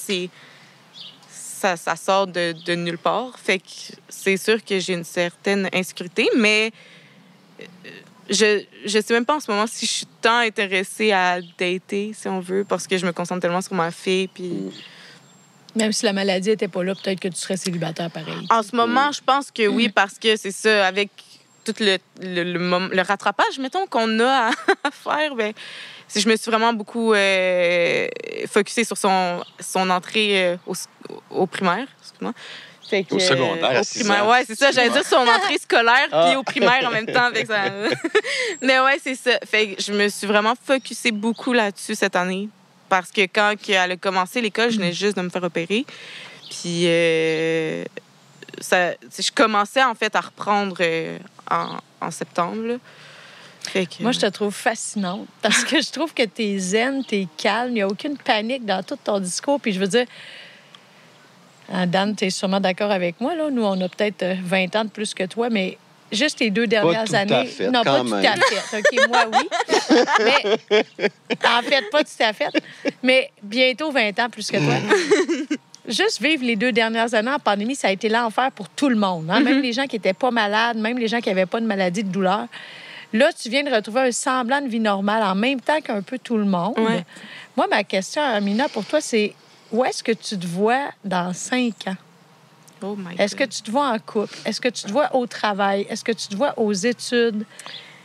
ça sort de nulle part. Fait que c'est sûr que j'ai une certaine insécurité, mais je sais même pas en ce moment si je suis tant intéressée à dater, si on veut, parce que je me concentre tellement sur ma fille, puis... Même si la maladie n'était pas là, peut-être que tu serais célibataire pareil. En ce moment, je pense que oui, parce que c'est ça, avec tout le rattrapage, mettons, qu'on a à faire, ben, je me suis vraiment beaucoup focusée sur son entrée au primaire, excuse-moi. Fait que, Au secondaire, à au 6 primaire, ans. ouais, c'est ça, j'allais dire son entrée scolaire puis au primaire en même temps. Fait que ça... Mais ouais, c'est ça. Fait que je me suis vraiment focusée beaucoup là-dessus cette année. Parce que quand elle a commencé l'école, je venais juste de me faire opérer. Puis je commençais en fait à reprendre en septembre. Là. Fait que... Moi, je te trouve fascinante parce que je trouve que t'es zen, t'es calme, il n'y a aucune panique dans tout ton discours. Puis je veux dire, Dan, t'es sûrement d'accord avec moi, là. Nous, on a peut-être 20 ans de plus que toi, mais juste les 2 dernières tout à années... fait, non, pas quand tout même. à fait. OK, moi, oui. Mais, en fait, pas tout à fait. Mais bientôt 20 ans plus que toi. Juste vivre les 2 dernières années en pandémie, ça a été l'enfer pour tout le monde. Hein? Même les gens qui n'étaient pas malades, même les gens qui n'avaient pas de maladie de douleur. Là, tu viens de retrouver un semblant de vie normale en même temps qu'un peu tout le monde. Ouais. Moi, ma question, Amina, pour toi, c'est où est-ce que tu te vois dans 5 ans? Oh my Est-ce que God. tu te vois en couple? Est-ce que tu te vois au travail? Est-ce que tu te vois aux études?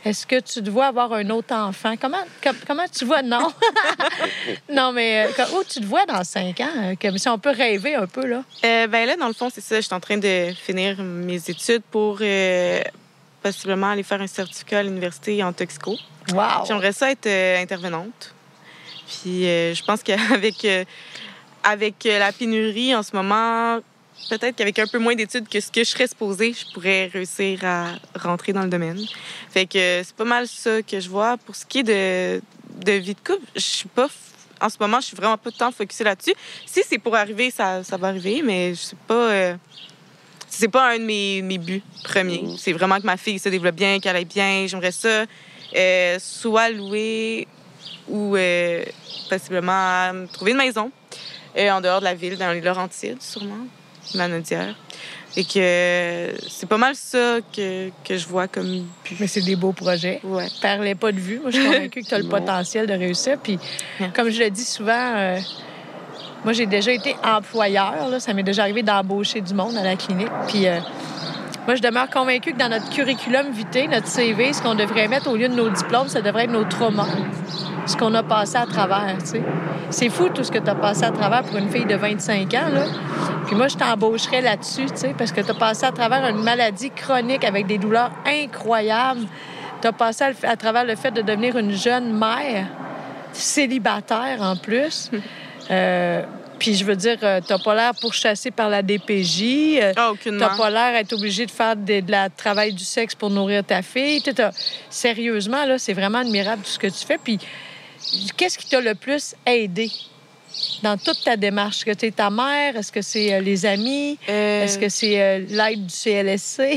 Est-ce que tu te vois avoir un autre enfant? Comment tu vois? Non. Non, mais où tu te vois dans 5 ans? Comme si on peut rêver un peu, là. Ben là, dans le fond, c'est ça. Je suis en train de finir mes études pour possiblement aller faire un certificat à l'université en toxico. Wow! J'aimerais ça être intervenante. Puis je pense qu'avec avec la pénurie en ce moment, peut-être qu'avec un peu moins d'études que ce que je serais supposée, je pourrais réussir à rentrer dans le domaine. Fait que c'est pas mal ça que je vois. Pour ce qui est de vie de couple, je suis pas... En ce moment, je suis vraiment pas de temps focusée là-dessus. Si c'est pour arriver, ça va arriver, mais je sais pas... c'est pas un de mes buts premiers. C'est vraiment que ma fille se développe bien, qu'elle aille bien. J'aimerais ça soit louer ou possiblement trouver une maison en dehors de la ville, dans les Laurentides, sûrement, la Nodière. Et que c'est pas mal ça que je vois comme but. Mais c'est des beaux projets. Ouais. Perds-les pas de vue. Moi, je suis convaincue que tu as le potentiel de réussir. Puis, comme je le dis souvent, moi, j'ai déjà été employeur. Là. Ça m'est déjà arrivé d'embaucher du monde à la clinique. Puis, moi, je demeure convaincue que dans notre curriculum vitae, notre CV, ce qu'on devrait mettre au lieu de nos diplômes, ça devrait être nos traumas. Ce qu'on a passé à travers, tu sais. C'est fou tout ce que tu as passé à travers pour une fille de 25 ans, là. Puis moi, je t'embaucherais là-dessus, tu sais, parce que tu as passé à travers une maladie chronique avec des douleurs incroyables. Tu as passé à travers le fait de devenir une jeune mère, célibataire en plus. Puis je veux dire, t'as pas l'air pourchassé par la DPJ. Aucunement. T'as pas l'air d'être obligé de faire de la travail du sexe pour nourrir ta fille. Sérieusement, là, c'est vraiment admirable tout ce que tu fais. Puis qu'est-ce qui t'a le plus aidé dans toute ta démarche? Est-ce que c'est ta mère? Est-ce que c'est les amis? Est-ce que c'est l'aide du CLSC?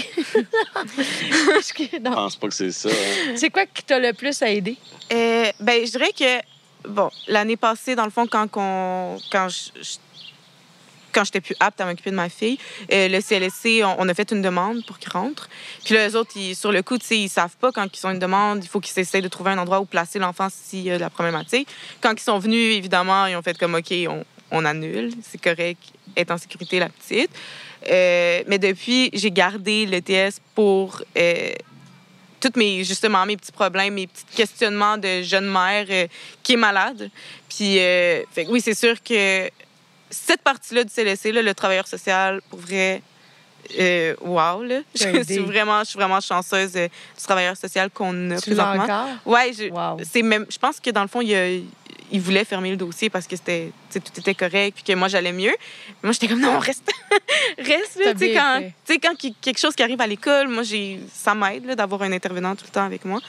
Je pense pas que c'est ça. Hein. C'est quoi qui t'a le plus aidé? Ben, je dirais que, bon, l'année passée, dans le fond, quand j'étais plus apte à m'occuper de ma fille, le CLSC, on a fait une demande pour qu'ils rentrent. Puis là, eux autres, sur le coup, ils savent pas quand ils ont une demande, il faut qu'ils essayent de trouver un endroit où placer l'enfant s'il y a de la problématique. Quand ils sont venus, évidemment, ils ont fait comme, OK, on annule, c'est correct, être en sécurité, la petite. Mais depuis, j'ai gardé l'ETS pour tous mes petits problèmes, mes petits questionnements de jeune mère qui est malade. Puis, fait que oui, c'est sûr que cette partie-là du CLSC, là, le travailleur social, pour vrai, wow, là. Je suis vraiment chanceuse du travailleur social qu'on a Tu l'as présentement. encore? Oui, Wow. Je pense que dans le fond, il voulait fermer le dossier parce que tout était correct puis que moi, j'allais mieux. Mais moi, j'étais comme, non, reste. Reste, là. Tu sais, quand quelque chose qui arrive à l'école, moi, ça m'aide là, d'avoir un intervenant tout le temps avec moi.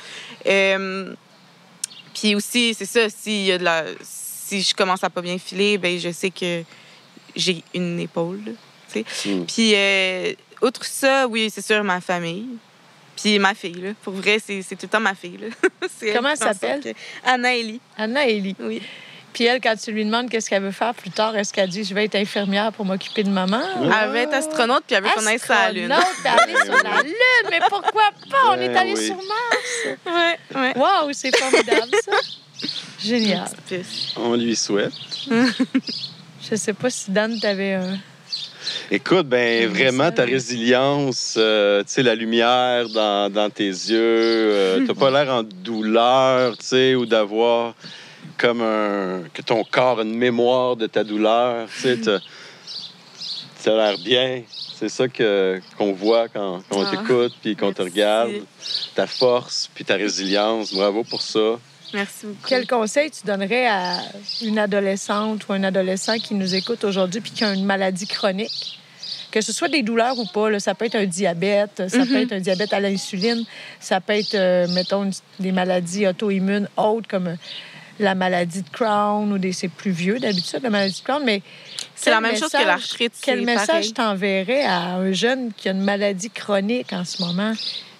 Puis aussi, c'est ça, si je commence à pas bien filer, ben je sais que j'ai une épaule, tu sais. Puis, outre ça, oui, c'est sûr, ma famille. Puis ma fille, là. Pour vrai, c'est tout le temps ma fille, là. Comment elle s'appelle? Anna-Élie. Anna-Élie. Oui. Puis elle, quand tu lui demandes qu'est-ce qu'elle veut faire plus tard, est-ce qu'elle dit « Je vais être infirmière pour m'occuper de maman? » Elle veut être astronaute, puis elle veut qu'on aille sur la Lune. Astronaute, aller sur la Lune! Mais pourquoi pas? On est allé oui. sur Mars! Ouais. Wow, c'est formidable, ça! Génial. On lui souhaite. Je sais pas si Dan, t'avais un... Écoute, ben vraiment, ta résilience, tu sais, la lumière dans tes yeux, t'as pas l'air en douleur, tu sais, ou d'avoir comme que ton corps a une mémoire de ta douleur, tu sais, t'as l'air bien. C'est ça qu'on voit quand on t'écoute puis qu'on te regarde. Ta force puis ta résilience. Bravo pour ça. Merci beaucoup. Quel conseil tu donnerais à une adolescente ou un adolescent qui nous écoute aujourd'hui puis qui a une maladie chronique? Que ce soit des douleurs ou pas, là, ça peut être un diabète, ça peut être un diabète à l'insuline, ça peut être, mettons, des maladies auto-immunes autres comme la maladie de Crohn ou c'est plus vieux d'habitude, la maladie de Crohn, mais... C'est la même chose que l'arthrite, Quel message t'enverrais à un jeune qui a une maladie chronique en ce moment?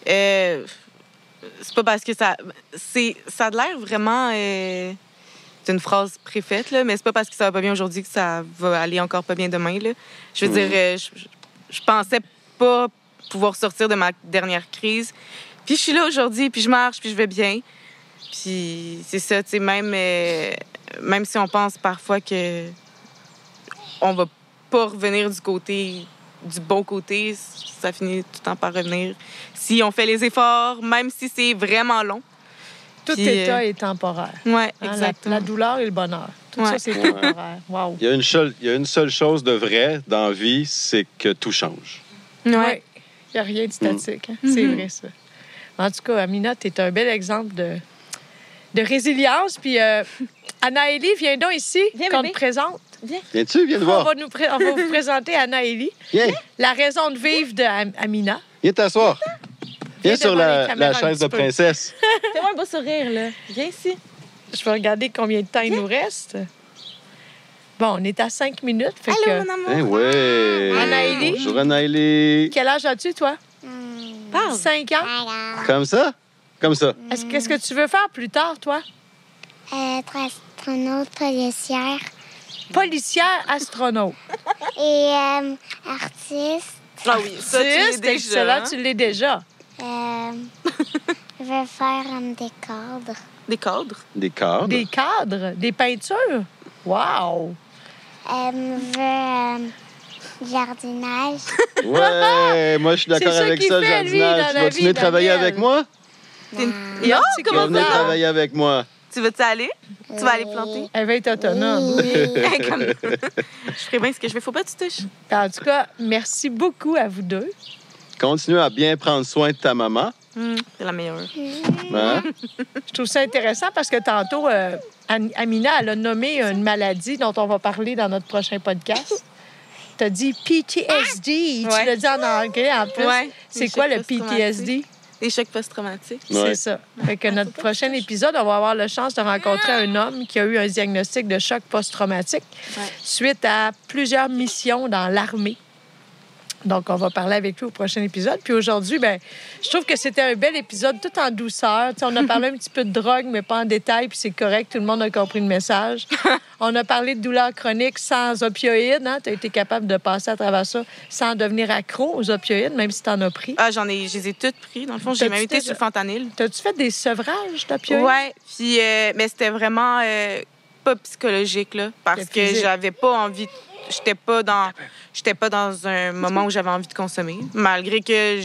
C'est pas parce que ça a l'air vraiment... C'est une phrase préfaite, là, mais c'est pas parce que ça va pas bien aujourd'hui que ça va aller encore pas bien demain. Là. Je veux dire, je pensais pas pouvoir sortir de ma dernière crise. Puis je suis là aujourd'hui, puis je marche, puis je vais bien. Puis c'est ça, tu sais, même si on pense parfois que on va pas revenir du côté du bon côté, ça finit tout le temps par revenir. Si on fait les efforts, même si c'est vraiment long. Tout Puis, état est temporaire. Oui, Hein, exactement. la douleur et le bonheur. Tout Ouais. ça, c'est temporaire. Wow. Il y a une seule chose de vrai dans la vie, c'est que tout change. Ouais. Ouais. Il n'y a rien de statique. Hein. C'est vrai, ça. En tout cas, Amina, tu es un bel exemple de résilience. Puis, Anaëlie, viens donc ici, Viens, qu'on bébé. te présente. Viens-tu? Viens te On voir. va, on va vous présenter Anaëlie, Viens. la raison de vivre d'Amina. Viens t'asseoir. Viens sur devant les la caméras un chaise de petit peu. princesse. Fais-moi un beau sourire, là. Viens ici. Je vais regarder combien de temps il nous reste. Bon, on est à 5 minutes. Fait Allô, que... mon amour. Eh ouais. Anaëlie. Bonjour, Anaëlie. Quel âge as-tu, toi? Parle. 5 ans. Alors, Comme ça? Comme ça. Qu'est-ce que tu veux faire plus tard, toi? être astronaute policière Policière, astronaute. et artiste. Ah oui, ça, tu l'es C'est déjà. excellent, tu l'es déjà. Je veux faire des cadres. Des cadres. Des cadres. Des cadres, des peintures. Wow! Je veux jardinage. Ouais, moi, je suis d'accord C'est ça avec qu'il ça, le fait, lui, jardinage. dans Tu la vas vie, venir travailler Daniel. avec moi? Et Non, un petit Tu vas comment venir codard. travailler avec moi. Tu veux-tu aller? Tu vas aller planter? Elle va être autonome. Comme- Je ferai bien ce que je veux. Faut pas que tu touches. En tout cas, merci beaucoup à vous deux. Continue à bien prendre soin de ta maman. C'est la meilleure. Hein? Je trouve ça intéressant parce que tantôt, Amina, elle a nommé une maladie dont on va parler dans notre prochain podcast. Tu as dit PTSD. Tu Ouais. l'as dit en anglais en plus. Ouais. C'est Les quoi le chocs post-traumatiques. PTSD? Des chocs post-traumatiques. Ouais. C'est ça. Fait que notre prochain épisode, on va avoir la chance de rencontrer un homme qui a eu un diagnostic de choc post-traumatique Ouais. suite à plusieurs missions dans l'armée. Donc, on va parler avec lui au prochain épisode. Puis aujourd'hui, ben, je trouve que c'était un bel épisode, tout en douceur. Tu sais, on a parlé un petit peu de drogue, mais pas en détail, puis c'est correct. Tout le monde a compris le message. On a parlé de douleurs chroniques sans opioïdes. Hein? Tu as été capable de passer à travers ça sans devenir accro aux opioïdes, même si tu en as pris. Ah, je les ai toutes pris. Dans le fond, j'ai T'as-tu même été déjà- sur le fentanyl. T'as-tu fait des sevrages d'opioïdes? Ouais, puis mais c'était vraiment pas psychologique là, parce C'était que physique. j'avais pas envie. J'étais pas dans un moment où j'avais envie de consommer, malgré que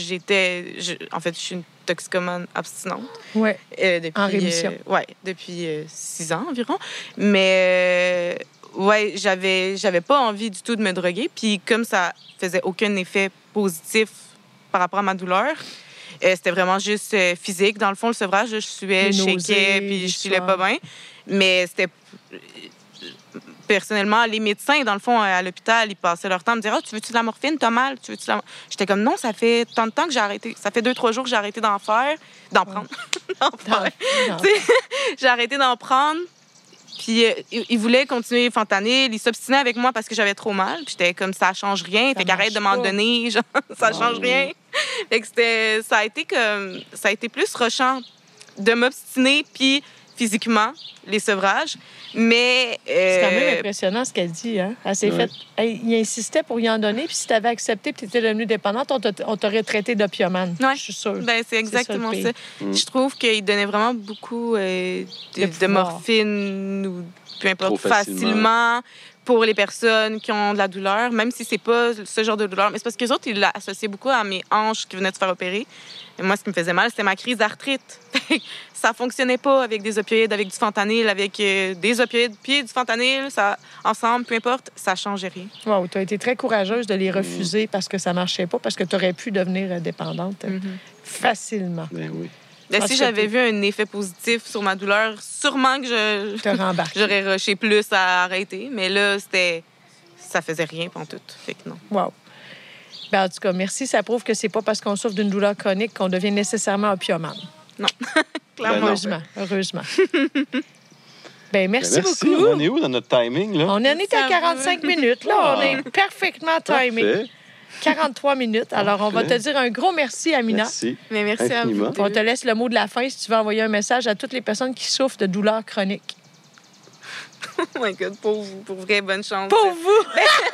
en fait, je suis une toxicomane abstinente Ouais. depuis En rémission. depuis 6 ans environ. Mais ouais, j'avais pas envie du tout de me droguer, puis comme ça faisait aucun effet positif par rapport à ma douleur. C'était vraiment juste physique. Dans le fond, le sevrage, je suais, Les je nausées, shakeais, les puis je filais sueurs. pas bien. Mais c'était... Personnellement, les médecins, dans le fond, à l'hôpital, ils passaient leur temps à me dire « Ah, tu veux-tu de la morphine? T'as mal? Tu veux-tu de la... » J'étais comme « Non, ça fait tant de temps que j'ai arrêté. Ça fait 2-3 jours que j'ai arrêté d'en faire. D'en prendre. D'en faire. Non. Tu sais, j'ai arrêté d'en prendre. Puis ils voulaient continuer le fentanyl. Ils s'obstinaient avec moi parce que j'avais trop mal. Puis j'étais comme, ça change rien. Fait qu'arrête de marche m'en pas. donner. Genre, ça change rien. Fait que ça a été plus rushant de m'obstiner, puis physiquement, les sevrages. Mais... C'est quand même impressionnant ce qu'elle dit. Hein? Elle s'est Ouais. fait... Il insistait pour y en donner, puis si tu avais accepté et tu étais devenue dépendante, on t'aurait traité d'opiomane. Ouais. Je suis sûre. Ben, c'est exactement le ça. pire. Je trouve qu'il donnait vraiment beaucoup de pouvoir. morphine ou peu importe, Trop facilement. facilement pour les personnes qui ont de la douleur, même si c'est pas ce genre de douleur. Mais c'est parce que les autres, ils l'associaient beaucoup à mes hanches qui venaient de se faire opérer. Et moi, ce qui me faisait mal, c'était ma crise d'arthrite. Ça fonctionnait pas avec des opioïdes, avec du fentanyl, avec des opioïdes puis du fentanyl. Ça, ensemble, peu importe, ça changeait rien. Wow, tu as été très courageuse de les refuser parce que ça marchait pas, parce que tu aurais pu devenir dépendante facilement. Ben oui. Mais Parce si que j'avais vu un effet positif sur ma douleur, sûrement que Te rembarquer. j'aurais rushé plus à arrêter. Mais là, ça faisait rien pantoute. Fait que non. Wow. Ben, en tout cas, merci. Ça prouve que c'est pas parce qu'on souffre d'une douleur chronique qu'on devient nécessairement opiomane. Clairement. non. Heureusement. Heureusement. Ben, merci, Ben, merci. beaucoup. On est où dans notre timing, là? On en est à Ça 45 minutes. Là, on est parfaitement timé. Parfait. 43 minutes. Alors, on va te dire un gros merci, Amina. Merci. Mais merci à vous. Infiniment. deux. On te laisse le mot de la fin si tu veux envoyer un message à toutes les personnes qui souffrent de douleurs chroniques. Oh my God, pour vous, pour vrai, bonne chance. Pour vous!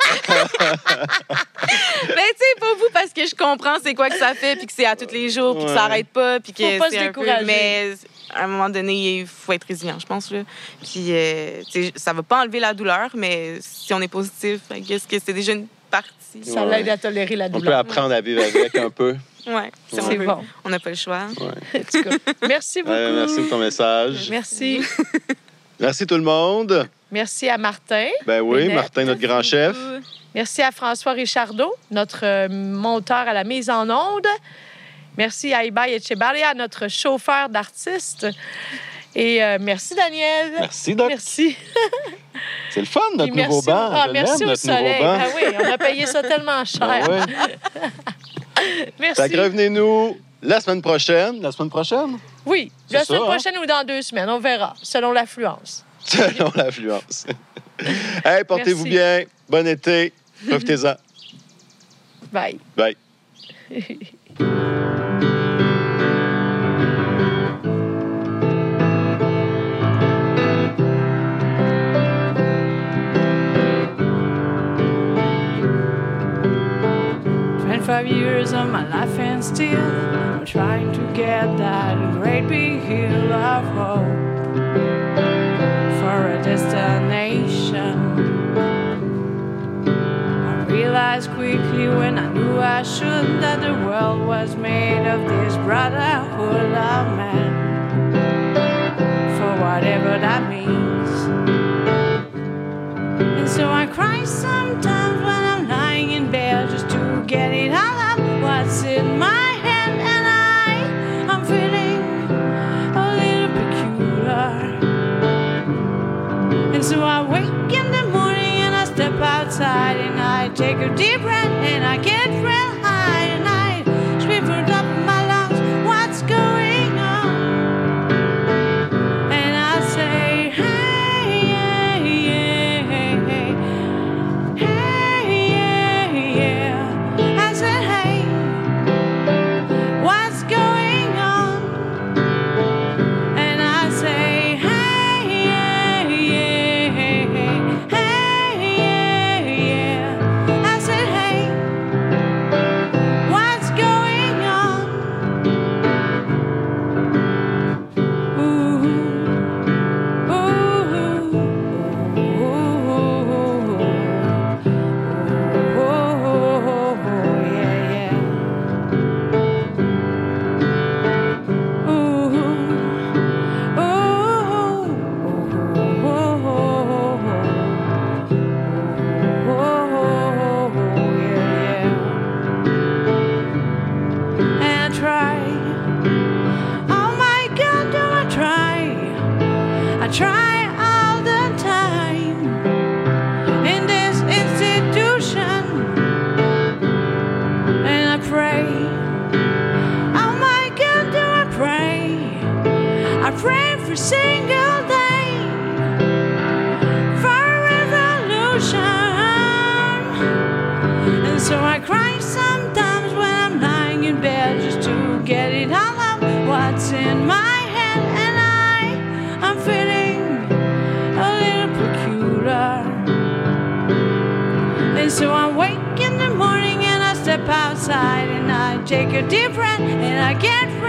Ben, tu sais, pour vous, parce que je comprends c'est quoi que ça fait, puis que c'est à tous les jours, puis que Ouais. ça arrête pas, puis que Faut pas c'est se un peu... décourager. Mais à un moment donné, il faut être résilient, je pense, là. Puis, tu sais, ça va pas enlever la douleur, mais si on est positif, qu'est-ce que c'est déjà une partie aussi. Ça l'aide à tolérer la On peut douleur. apprendre à vivre avec un peu. Ouais, C'est bon. On n'a pas le choix. Ouais. En tout cas, merci beaucoup. Merci pour ton message. Merci. Merci tout le monde. Merci à Martin. Ben oui, Bénette. Martin, notre grand chef. Merci à François Richardot, notre monteur à la mise en onde. Merci à Ibai Echebarria, notre chauffeur d'artistes. Et merci, Daniel. Merci, Doc. Merci. C'est le fun, notre Puis nouveau banc. Ah, Je merci l'aime, au notre nouveau soleil. banc. Ah oui, on a payé ça tellement cher. Ben ouais. Merci. Fait que revenez-nous la semaine prochaine. La semaine prochaine? Oui, C'est la ça, semaine hein? prochaine ou dans 2 semaines, on verra, selon l'affluence. Selon l'affluence. Hey, portez-vous Merci. bien. Bon été. Profitez-en. Bye. Bye. "25 years of my life and still I'm trying to get that great big hill of hope for a destination. I realized quickly when I knew I should that the world was made of this brotherhood of man, for whatever that means. And so I cry sometimes when I'm lying in bed just to get it all up what's in my head, and I'm feeling a little peculiar. And so I wake in the morning and I step outside and I take a deep breath and I get real high and I scream from the top of my lungs, what's going on? And I say, hey, yeah, yeah, hey, hey, hey, yeah, yeah. I said, hey, what's going on? And I say, hey, yeah, yeah, hey, hey, yeah, yeah. I said, hey, what's going on? Ooh, yeah, yeah. And I try. Oh my God, do I try? I try all the time in this institution, and I pray. Oh my God, do I pray? I pray every single day for a revolution. And so I cry sometimes when I'm lying in bed just to get it all out what's in my head, and I'm feeling a little peculiar. And so I wake in the morning and I step outside and I take a deep breath and I get